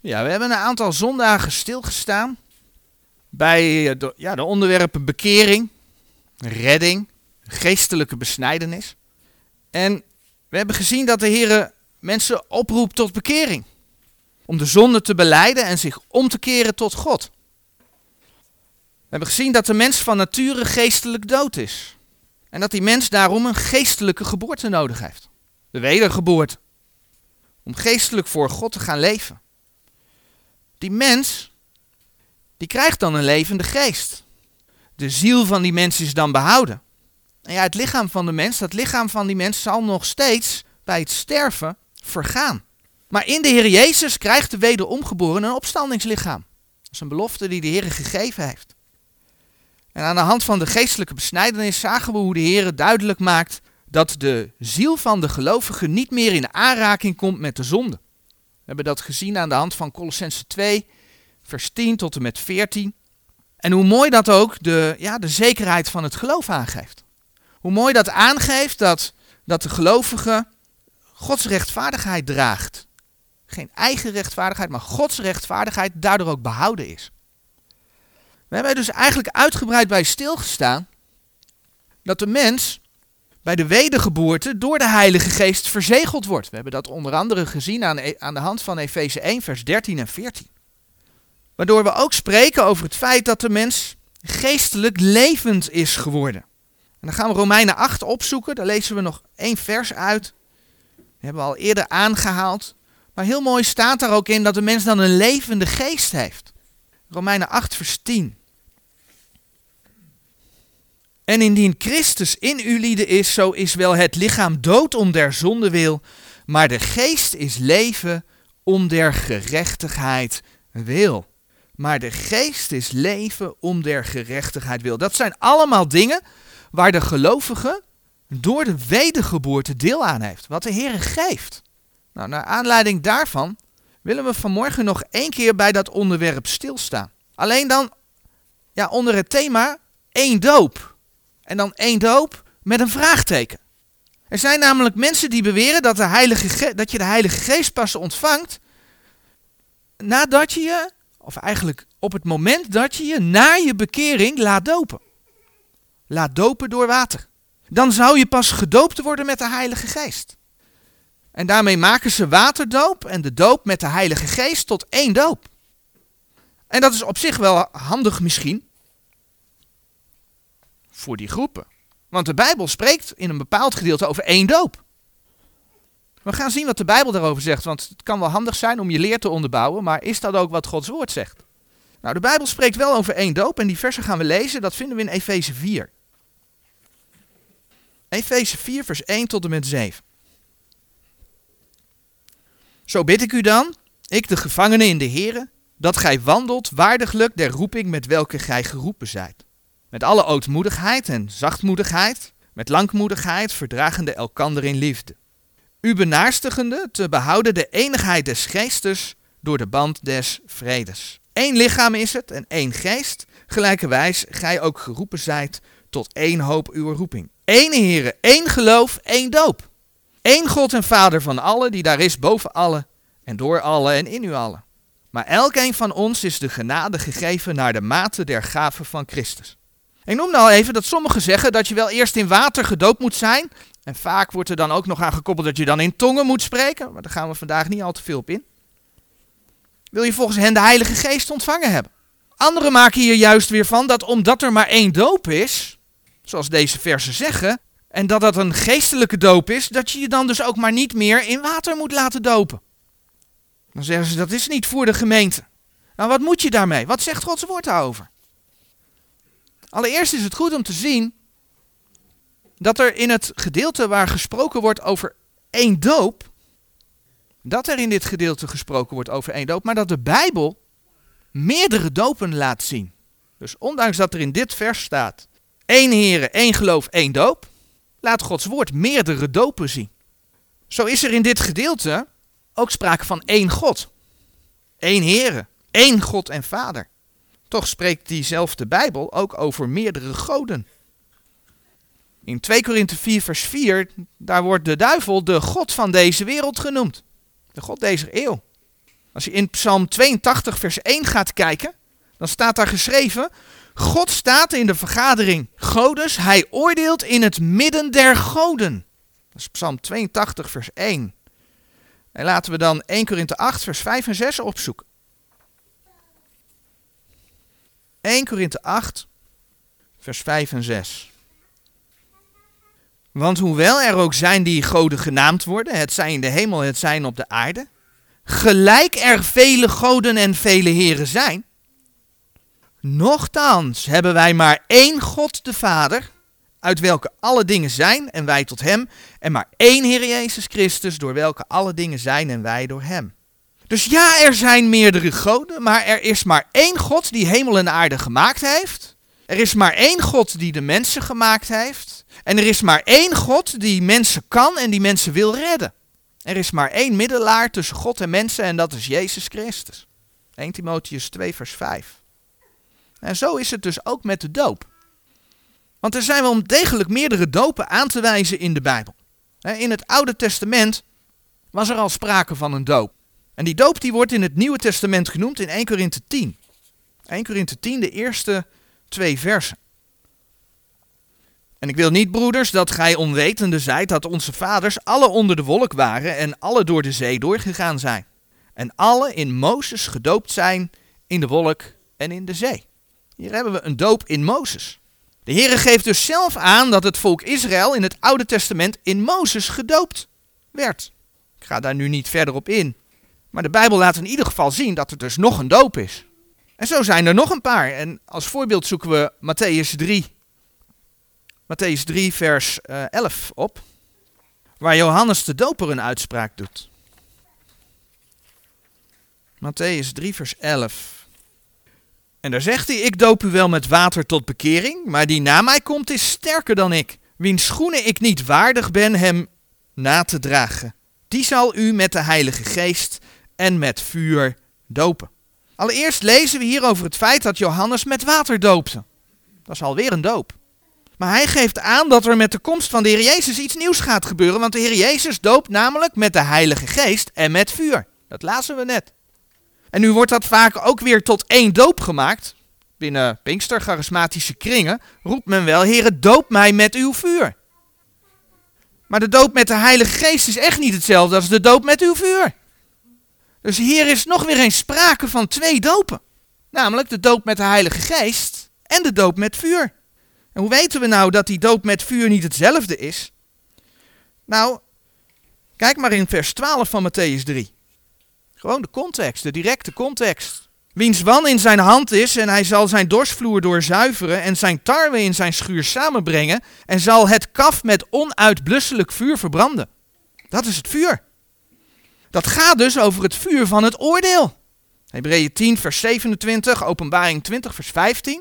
Ja, we hebben een aantal zondagen stilgestaan bij de onderwerpen bekering, redding, geestelijke besnijdenis. En we hebben gezien dat de Heer mensen oproept tot bekering. Om de zonde te belijden en zich om te keren tot God. We hebben gezien dat de mens van nature geestelijk dood is. En dat die mens daarom een geestelijke geboorte nodig heeft. De wedergeboorte. Om geestelijk voor God te gaan leven. Die mens, die krijgt dan een levende geest. De ziel van die mens is dan behouden. En ja, het lichaam van de mens, dat lichaam van die mens zal nog steeds bij het sterven vergaan. Maar in de Heer Jezus krijgt de wederomgeboren een opstandingslichaam. Dat is een belofte die de Heer gegeven heeft. En aan de hand van de geestelijke besnijdenis zagen we hoe de Heer duidelijk maakt dat de ziel van de gelovige niet meer in aanraking komt met de zonde. We hebben dat gezien aan de hand van Kolossenzen 2, vers 10 tot en met 14. En hoe mooi dat ook de zekerheid van het geloof aangeeft. Hoe mooi dat aangeeft dat de gelovige Gods rechtvaardigheid draagt. Geen eigen rechtvaardigheid, maar Gods rechtvaardigheid daardoor ook behouden is. We hebben dus eigenlijk uitgebreid bij stilgestaan dat de mens bij de wedergeboorte door de Heilige Geest verzegeld wordt. We hebben dat onder andere gezien aan de hand van Efeze 1, vers 13 en 14. Waardoor we ook spreken over het feit dat de mens geestelijk levend is geworden. En dan gaan we Romeinen 8 opzoeken, daar lezen we nog 1 vers uit. Die hebben we al eerder aangehaald. Maar heel mooi staat daar ook in dat de mens dan een levende geest heeft. Romeinen 8 vers 10. En indien Christus in u lieden is, zo is wel het lichaam dood om der zonde wil, maar de geest is leven om der gerechtigheid wil. Maar de geest is leven om der gerechtigheid wil. Dat zijn allemaal dingen waar de gelovige door de wedergeboorte deel aan heeft. Wat de Heer geeft. Nou, naar aanleiding daarvan willen we vanmorgen nog 1 keer bij dat onderwerp stilstaan. Alleen dan onder het thema 1 doop. En dan 1 doop met een vraagteken. Er zijn namelijk mensen die beweren dat je de Heilige Geest pas ontvangt nadat je je, of eigenlijk op het moment dat je je na je bekering laat dopen. Laat dopen door water. Dan zou je pas gedoopt worden met de Heilige Geest. En daarmee maken ze waterdoop en de doop met de Heilige Geest tot 1 doop. En dat is op zich wel handig misschien voor die groepen. Want de Bijbel spreekt in een bepaald gedeelte over 1 doop. We gaan zien wat de Bijbel daarover zegt, want het kan wel handig zijn om je leer te onderbouwen, maar is dat ook wat Gods woord zegt? Nou, de Bijbel spreekt wel over 1 doop en die versen gaan we lezen, dat vinden we in Efeze 4. Efeze 4 vers 1 tot en met 7. Zo bid ik u dan, ik de gevangene in de Here, dat gij wandelt waardiglijk der roeping met welke gij geroepen zijt. Met alle ootmoedigheid en zachtmoedigheid, met langmoedigheid verdragende elkander in liefde. U benaarstigende te behouden de enigheid des geestes door de band des vredes. 1 lichaam is het en 1 geest, gelijkerwijs gij ook geroepen zijt tot 1 hoop uw roeping. 1 Heere, 1 geloof, 1 doop. 1 God en Vader van allen, die daar is boven allen en door allen en in u allen. Maar elkeen van ons is de genade gegeven naar de mate der gave van Christus. Ik noemde al even dat sommigen zeggen dat je wel eerst in water gedoopt moet zijn. En vaak wordt er dan ook nog aan gekoppeld dat je dan in tongen moet spreken. Maar daar gaan we vandaag niet al te veel op in. Wil je volgens hen de Heilige Geest ontvangen hebben? Anderen maken hier juist weer van dat omdat er maar 1 doop is, zoals deze versen zeggen, en dat dat een geestelijke doop is, dat je je dan dus ook maar niet meer in water moet laten dopen. Dan zeggen ze dat is niet voor de gemeente. Nou, wat moet je daarmee? Wat zegt Gods woord daarover? Allereerst is het goed om te zien dat er in het gedeelte waar gesproken wordt over 1 doop, dat er in dit gedeelte gesproken wordt over 1 doop, maar dat de Bijbel meerdere dopen laat zien. Dus ondanks dat er in dit vers staat 1 Heere, 1 geloof, 1 doop, laat Gods woord meerdere dopen zien. Zo is er in dit gedeelte ook sprake van 1 God, 1 Heere, 1 God en Vader. Toch spreekt diezelfde Bijbel ook over meerdere goden. In 2 Korinthe 4 vers 4, daar wordt de duivel de god van deze wereld genoemd. De god deze eeuw. Als je in Psalm 82 vers 1 gaat kijken, dan staat daar geschreven: God staat in de vergadering Godes, hij oordeelt in het midden der goden. Dat is Psalm 82 vers 1. En laten we dan 1 Korinthe 8 vers 5 en 6 opzoeken. 1 Korinthe 8 vers 5 en 6. Want hoewel er ook zijn die goden genaamd worden, het zij in de hemel, het zij op de aarde, gelijk er vele goden en vele heren zijn, nochtans hebben wij maar één God de Vader, uit welke alle dingen zijn en wij tot hem, en maar één Heer Jezus Christus, door welke alle dingen zijn en wij door hem. Dus ja, er zijn meerdere goden, maar er is maar één God die hemel en aarde gemaakt heeft. Er is maar één God die de mensen gemaakt heeft. En er is maar één God die mensen kan en die mensen wil redden. Er is maar één middelaar tussen God en mensen en dat is Jezus Christus. 1 Timotheüs 2 vers 5. En zo is het dus ook met de doop. Want er zijn wel degelijk meerdere dopen aan te wijzen in de Bijbel. In het Oude Testament was er al sprake van een doop. En die doop die wordt in het Nieuwe Testament genoemd in 1 Korinthe 10. 1 Korinthe 10, de eerste 2 versen. En ik wil niet, broeders, dat gij onwetende zijt dat onze vaders alle onder de wolk waren en alle door de zee doorgegaan zijn. En alle in Mozes gedoopt zijn in de wolk en in de zee. Hier hebben we een doop in Mozes. De Heere geeft dus zelf aan dat het volk Israël in het Oude Testament in Mozes gedoopt werd. Ik ga daar nu niet verder op in. Maar de Bijbel laat in ieder geval zien dat er dus nog een doop is. En zo zijn er nog een paar. En als voorbeeld zoeken we Matthäus 3. Matthäus 3 vers 11 op. Waar Johannes de Doper een uitspraak doet. Matthäus 3 vers 11. En daar zegt hij: ik doop u wel met water tot bekering, maar die na mij komt is sterker dan ik, wiens schoenen ik niet waardig ben hem na te dragen. Die zal u met de Heilige Geest en met vuur dopen. Allereerst lezen we hier over het feit dat Johannes met water doopte. Dat is alweer een doop. Maar hij geeft aan dat er met de komst van de Heer Jezus iets nieuws gaat gebeuren, want de Heer Jezus doopt namelijk met de Heilige Geest en met vuur. Dat lazen we net. En nu wordt dat vaak ook weer tot één doop gemaakt. Binnen Pinkster charismatische kringen roept men wel: Heere, doop mij met uw vuur. Maar de doop met de Heilige Geest is echt niet hetzelfde als de doop met uw vuur. Dus hier is nog weer eens sprake van twee dopen. Namelijk de doop met de Heilige Geest en de doop met vuur. En hoe weten we nou dat die doop met vuur niet hetzelfde is? Nou, kijk maar in vers 12 van Matthäus 3. Gewoon de context, de directe context. Wiens wan in zijn hand is en hij zal zijn dorsvloer doorzuiveren en zijn tarwe in zijn schuur samenbrengen en zal het kaf met onuitblusselijk vuur verbranden. Dat is het vuur. Dat gaat dus over het vuur van het oordeel. Hebreeën 10 vers 27, Openbaring 20 vers 15.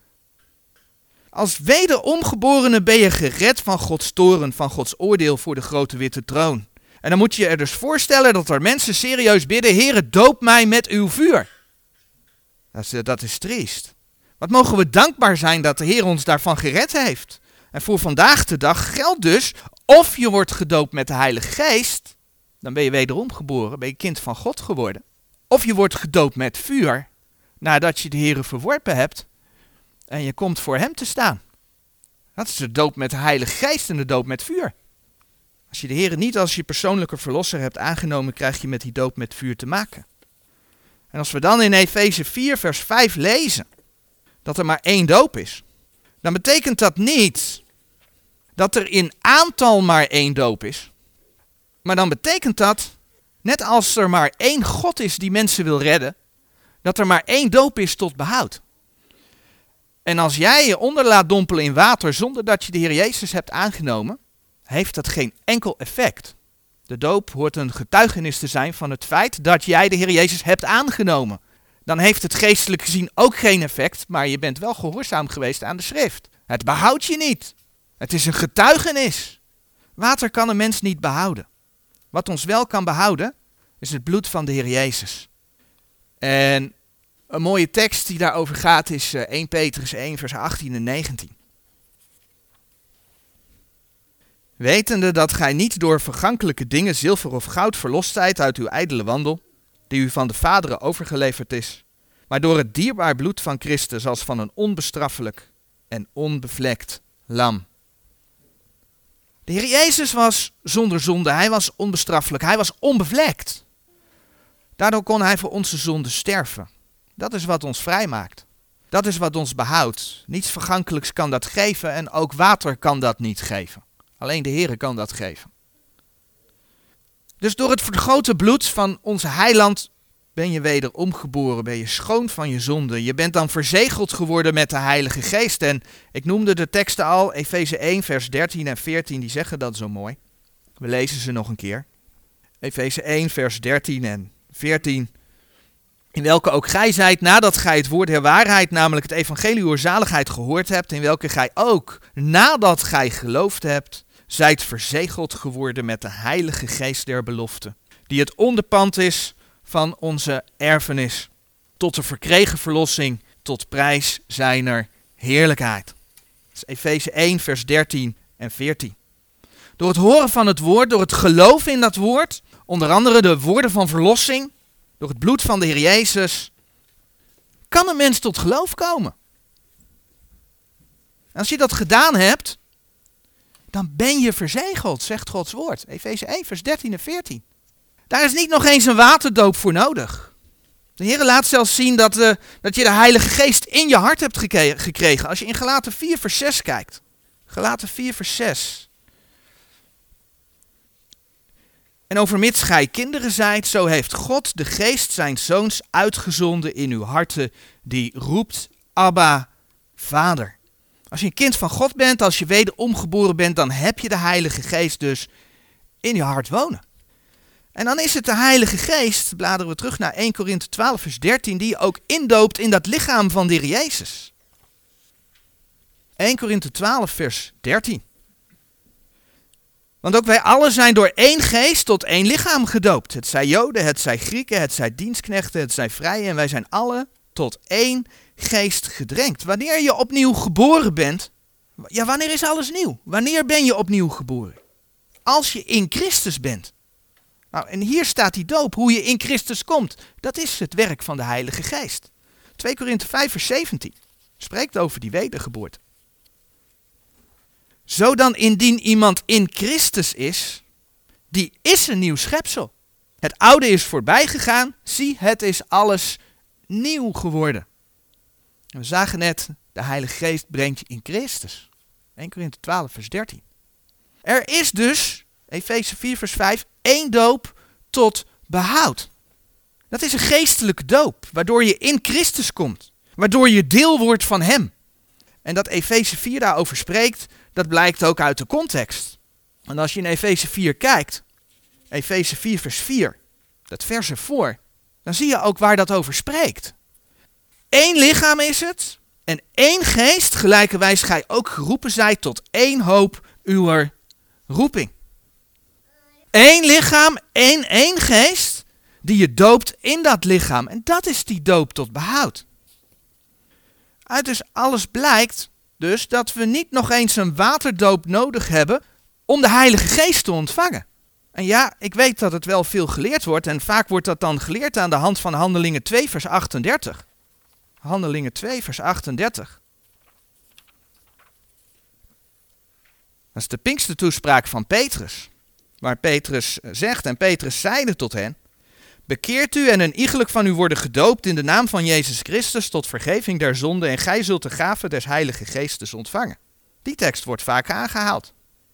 Als wederomgeborene ben je gered van Gods toorn, van Gods oordeel voor de grote witte troon. En dan moet je je er dus voorstellen dat er mensen serieus bidden: Heere, doop mij met uw vuur. Dat is triest. Wat mogen we dankbaar zijn dat de Heer ons daarvan gered heeft. En voor vandaag de dag geldt dus: of je wordt gedoopt met de Heilige Geest, dan ben je wederom geboren, ben je kind van God geworden. Of je wordt gedoopt met vuur, nadat je de Heer verworpen hebt en je komt voor hem te staan. Dat is de doop met de Heilige Geest en de doop met vuur. Als je de Heer niet als je persoonlijke verlosser hebt aangenomen, krijg je met die doop met vuur te maken. En als we dan in Efeze 4 vers 5 lezen dat er maar één doop is, dan betekent dat niet dat er in aantal maar één doop is. Maar dan betekent dat, net als er maar één God is die mensen wil redden, dat er maar één doop is tot behoud. En als jij je onder laat dompelen in water zonder dat je de Heer Jezus hebt aangenomen, heeft dat geen enkel effect. De doop hoort een getuigenis te zijn van het feit dat jij de Heer Jezus hebt aangenomen. Dan heeft het geestelijk gezien ook geen effect, maar je bent wel gehoorzaam geweest aan de schrift. Het behoudt je niet. Het is een getuigenis. Water kan een mens niet behouden. Wat ons wel kan behouden, is het bloed van de Heer Jezus. En een mooie tekst die daarover gaat is 1 Petrus 1 vers 18 en 19. Wetende dat gij niet door vergankelijke dingen, zilver of goud, verlost zijt uit uw ijdele wandel, die u van de vaderen overgeleverd is, maar door het dierbaar bloed van Christus als van een onbestraffelijk en onbevlekt lam. De Heer Jezus was zonder zonde, hij was onbestraffelijk, hij was onbevlekt. Daardoor kon hij voor onze zonde sterven. Dat is wat ons vrijmaakt. Dat is wat ons behoudt. Niets vergankelijks kan dat geven en ook water kan dat niet geven. Alleen de Heer kan dat geven. Dus door het vergoten bloed van onze heiland ben je weder omgeboren, ben je schoon van je zonde. Je bent dan verzegeld geworden met de Heilige Geest. En ik noemde de teksten al, Efeze 1 vers 13 en 14, die zeggen dat zo mooi. We lezen ze nog een keer. Efeze 1 vers 13 en 14. In welke ook gij zijt, nadat gij het woord der waarheid, namelijk het evangelie uwer zaligheid gehoord hebt, in welke gij ook, nadat gij geloofd hebt, zijt verzegeld geworden met de Heilige Geest der belofte, die het onderpand is van onze erfenis, tot de verkregen verlossing, tot prijs zijner heerlijkheid. Dat is Efeze 1 vers 13 en 14. Door het horen van het woord, door het geloven in dat woord, onder andere de woorden van verlossing, door het bloed van de Heer Jezus, kan een mens tot geloof komen. En als je dat gedaan hebt, dan ben je verzegeld, zegt Gods woord. Efeze 1 vers 13 en 14. Daar is niet nog eens een waterdoop voor nodig. De Heer laat zelfs zien dat je de Heilige Geest in je hart hebt gekregen. Als je in Galaten 4 vers 6 kijkt. Galaten 4 vers 6. En overmits gij kinderen zijt, zo heeft God de Geest zijn zoons uitgezonden in uw harten, die roept, Abba, Vader. Als je een kind van God bent, als je wederom geboren bent, dan heb je de Heilige Geest dus in je hart wonen. En dan is het de Heilige Geest, bladeren we terug naar 1 Korinthe 12 vers 13, die je ook indoopt in dat lichaam van de Heer Jezus. 1 Korinthe 12 vers 13. Want ook wij allen zijn door één geest tot één lichaam gedoopt. Het zij Joden, het zij Grieken, het zij dienstknechten, het zij vrije. En wij zijn allen tot één geest gedrenkt. Wanneer je opnieuw geboren bent, ja, wanneer is alles nieuw? Wanneer ben je opnieuw geboren? Als je in Christus bent. Nou, en hier staat die doop, hoe je in Christus komt. Dat is het werk van de Heilige Geest. 2 Korinthe 5 vers 17 spreekt over die wedergeboorte. Zo dan indien iemand in Christus is, die is een nieuw schepsel. Het oude is voorbij gegaan, zie, het is alles nieuw geworden. En we zagen net, de Heilige Geest brengt je in Christus. 1 Korinthe 12 vers 13. Er is dus, Efeze 4 vers 5, één doop tot behoud. Dat is een geestelijke doop, waardoor je in Christus komt. Waardoor je deel wordt van hem. En dat Efeze 4 daarover spreekt, dat blijkt ook uit de context. En als je in Efeze 4 kijkt, Efeze 4 vers 4, dat vers ervoor, dan zie je ook waar dat over spreekt. Eén lichaam is het, en één geest, gelijkerwijs gij ook geroepen zijt tot één hoop uwer roeping. Eén lichaam, één geest, die je doopt in dat lichaam. En dat is die doop tot behoud. Uit dus alles blijkt dus dat we niet nog eens een waterdoop nodig hebben om de Heilige Geest te ontvangen. En ja, ik weet dat het wel veel geleerd wordt en vaak wordt dat dan geleerd aan de hand van Handelingen 2 vers 38. Handelingen 2 vers 38. Dat is de Pinkstertoespraak van Petrus. Waar Petrus zegt, en Petrus zeide tot hen, bekeert u en een iegelijk van u worden gedoopt in de naam van Jezus Christus tot vergeving der zonden en gij zult de gave des Heilige Geestes ontvangen. Die tekst wordt vaak aangehaald.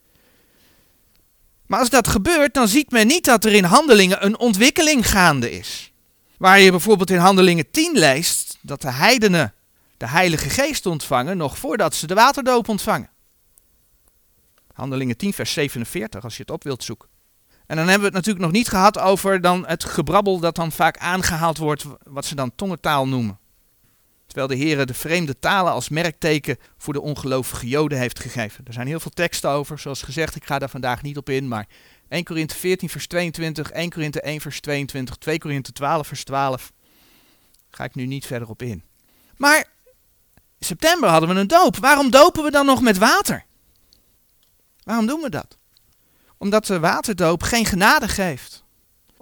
Maar als dat gebeurt, dan ziet men niet dat er in Handelingen een ontwikkeling gaande is. Waar je bijvoorbeeld in Handelingen 10 leest dat de heidenen de Heilige Geest ontvangen nog voordat ze de waterdoop ontvangen. Handelingen 10 vers 47 als je het op wilt zoeken. En dan hebben we het natuurlijk nog niet gehad over dan het gebrabbel dat dan vaak aangehaald wordt, wat ze dan tongentaal noemen. Terwijl de Heer de vreemde talen als merkteken voor de ongelovige Joden heeft gegeven. Er zijn heel veel teksten over, zoals gezegd, ik ga daar vandaag niet op in, maar 1 Korinthe 14 vers 22, 1 Korinthe 1 vers 22, 2 Korinthe 12 vers 12. Ga ik nu niet verder op in. Maar in september hadden we een doop. Waarom dopen we dan nog met water? Waarom doen we dat? Omdat de waterdoop geen genade geeft.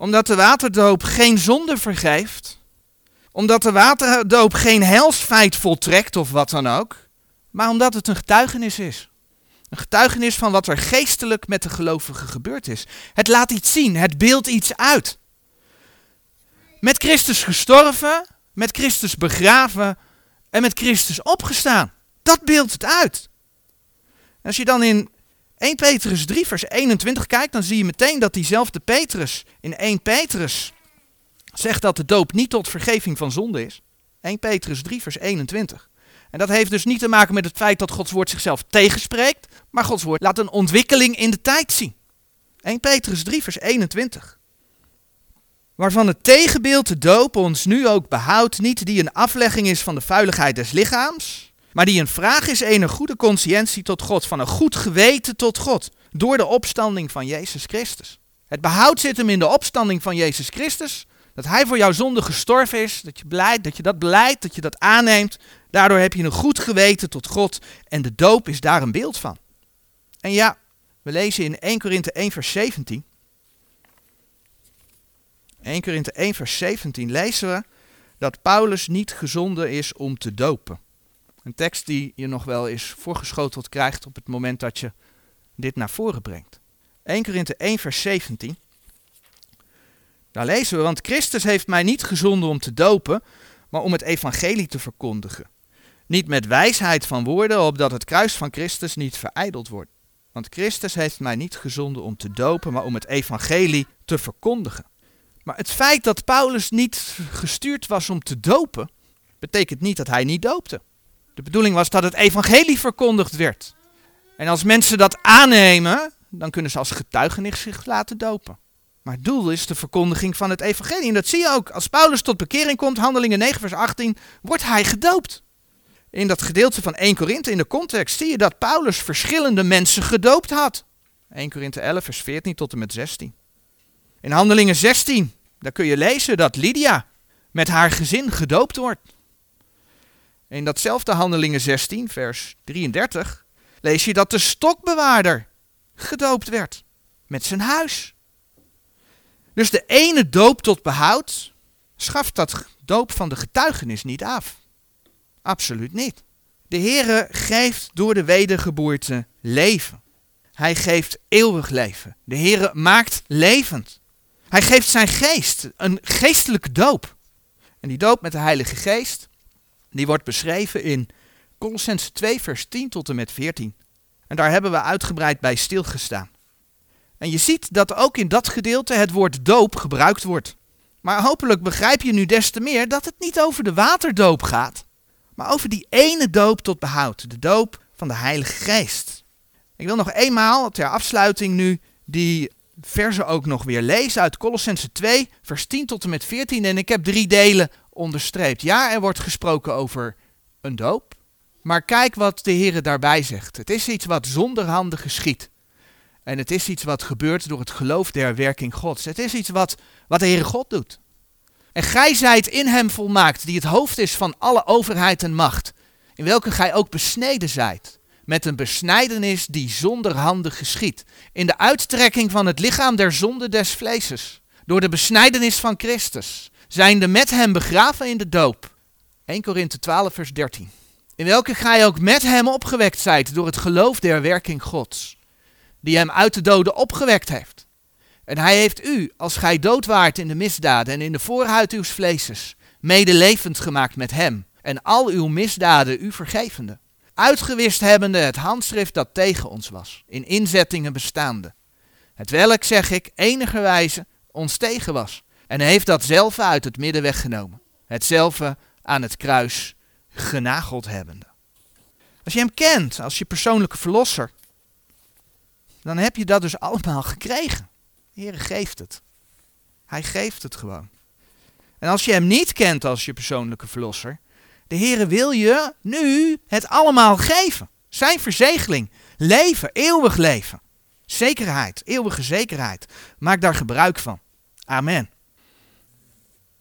Omdat de waterdoop geen zonde vergeeft. Omdat de waterdoop geen helsfeit voltrekt of wat dan ook. Maar omdat het een getuigenis is. Een getuigenis van wat er geestelijk met de gelovigen gebeurd is. Het laat iets zien, het beeldt iets uit. Met Christus gestorven, met Christus begraven en met Christus opgestaan. Dat beeldt het uit. En als je dan in 1 Petrus 3 vers 21 kijkt, dan zie je meteen dat diezelfde Petrus in 1 Petrus zegt dat de doop niet tot vergeving van zonde is. 1 Petrus 3 vers 21. En dat heeft dus niet te maken met het feit dat Gods woord zichzelf tegenspreekt, maar Gods woord laat een ontwikkeling in de tijd zien. 1 Petrus 3 vers 21. Waarvan het tegenbeeld de doop ons nu ook behoudt, niet die een aflegging is van de vuiligheid des lichaams, maar die een vraag is een goede consciëntie tot God, van een goed geweten tot God, door de opstanding van Jezus Christus. Het behoud zit hem in de opstanding van Jezus Christus, dat hij voor jouw zonde gestorven is, dat je dat beleidt, dat je dat aanneemt. Daardoor heb je een goed geweten tot God en de doop is daar een beeld van. En ja, we lezen in 1 Korinthe 1 vers 17. 1 Korinthe 1 vers 17 lezen we dat Paulus niet gezonden is om te dopen. Een tekst die je nog wel eens voorgeschoteld krijgt op het moment dat je dit naar voren brengt. 1 Korinthe 1 vers 17. Daar lezen we, want Christus heeft mij niet gezonden om te dopen, maar om het evangelie te verkondigen. Niet met wijsheid van woorden, opdat het kruis van Christus niet verijdeld wordt. Want Christus heeft mij niet gezonden om te dopen, maar om het evangelie te verkondigen. Maar het feit dat Paulus niet gestuurd was om te dopen, betekent niet dat hij niet doopte. De bedoeling was dat het evangelie verkondigd werd. En als mensen dat aannemen, dan kunnen ze als getuigenis zich laten dopen. Maar het doel is de verkondiging van het evangelie. En dat zie je ook. Als Paulus tot bekering komt, Handelingen 9 vers 18, wordt hij gedoopt. In dat gedeelte van 1 Korinthe, in de context, zie je dat Paulus verschillende mensen gedoopt had. 1 Korinthe 11 vers 14 tot en met 16. In Handelingen 16, daar kun je lezen dat Lydia met haar gezin gedoopt wordt. In datzelfde Handelingen 16 vers 33 lees je dat de stokbewaarder gedoopt werd met zijn huis. Dus de ene doop tot behoud schaft dat doop van de getuigenis niet af. Absoluut niet. De Heere geeft door de wedergeboorte leven. Hij geeft eeuwig leven. De Heere maakt levend. Hij geeft zijn geest, een geestelijke doop. En die doop met de Heilige Geest, die wordt beschreven in Kolossenzen 2 vers 10 tot en met 14. En daar hebben we uitgebreid bij stilgestaan. En je ziet dat ook in dat gedeelte het woord doop gebruikt wordt. Maar hopelijk begrijp je nu des te meer dat het niet over de waterdoop gaat, maar over die ene doop tot behoud, de doop van de Heilige Geest. Ik wil nog eenmaal ter afsluiting nu die versen ook nog weer lezen uit Kolossenzen 2, vers 10 tot en met 14. En ik heb 3 delen onderstreept. Ja, er wordt gesproken over een doop, maar kijk wat de Heere daarbij zegt. Het is iets wat zonder handen geschiet. En het is iets wat gebeurt door het geloof der werking Gods. Het is iets wat de Heere God doet. En gij zijt in hem volmaakt, die het hoofd is van alle overheid en macht, in welke gij ook besneden zijt, met een besnijdenis die zonder handen geschiet, in de uittrekking van het lichaam der zonde des vleeses, door de besnijdenis van Christus, zijnde met hem begraven in de doop. 1 Korinthe 12 vers 13. In welke gij ook met hem opgewekt zijt door het geloof der werking Gods, die hem uit de doden opgewekt heeft. En hij heeft u, als gij dood waart in de misdaden en in de voorhuid uws vleeses, medelevend gemaakt met hem, en al uw misdaden u vergevende, uitgewist hebbende het handschrift dat tegen ons was, in inzettingen bestaande, hetwelk, zeg ik, enigerwijze ons tegen was, en heeft datzelfde uit het midden weggenomen, hetzelfde aan het kruis genageld hebbende. Als je hem kent als je persoonlijke verlosser, dan heb je dat dus allemaal gekregen. De Heer geeft het. Hij geeft het gewoon. En als je hem niet kent als je persoonlijke verlosser, de Heer wil je nu het allemaal geven. Zijn verzegeling, leven, eeuwig leven. Zekerheid, eeuwige zekerheid. Maak daar gebruik van. Amen.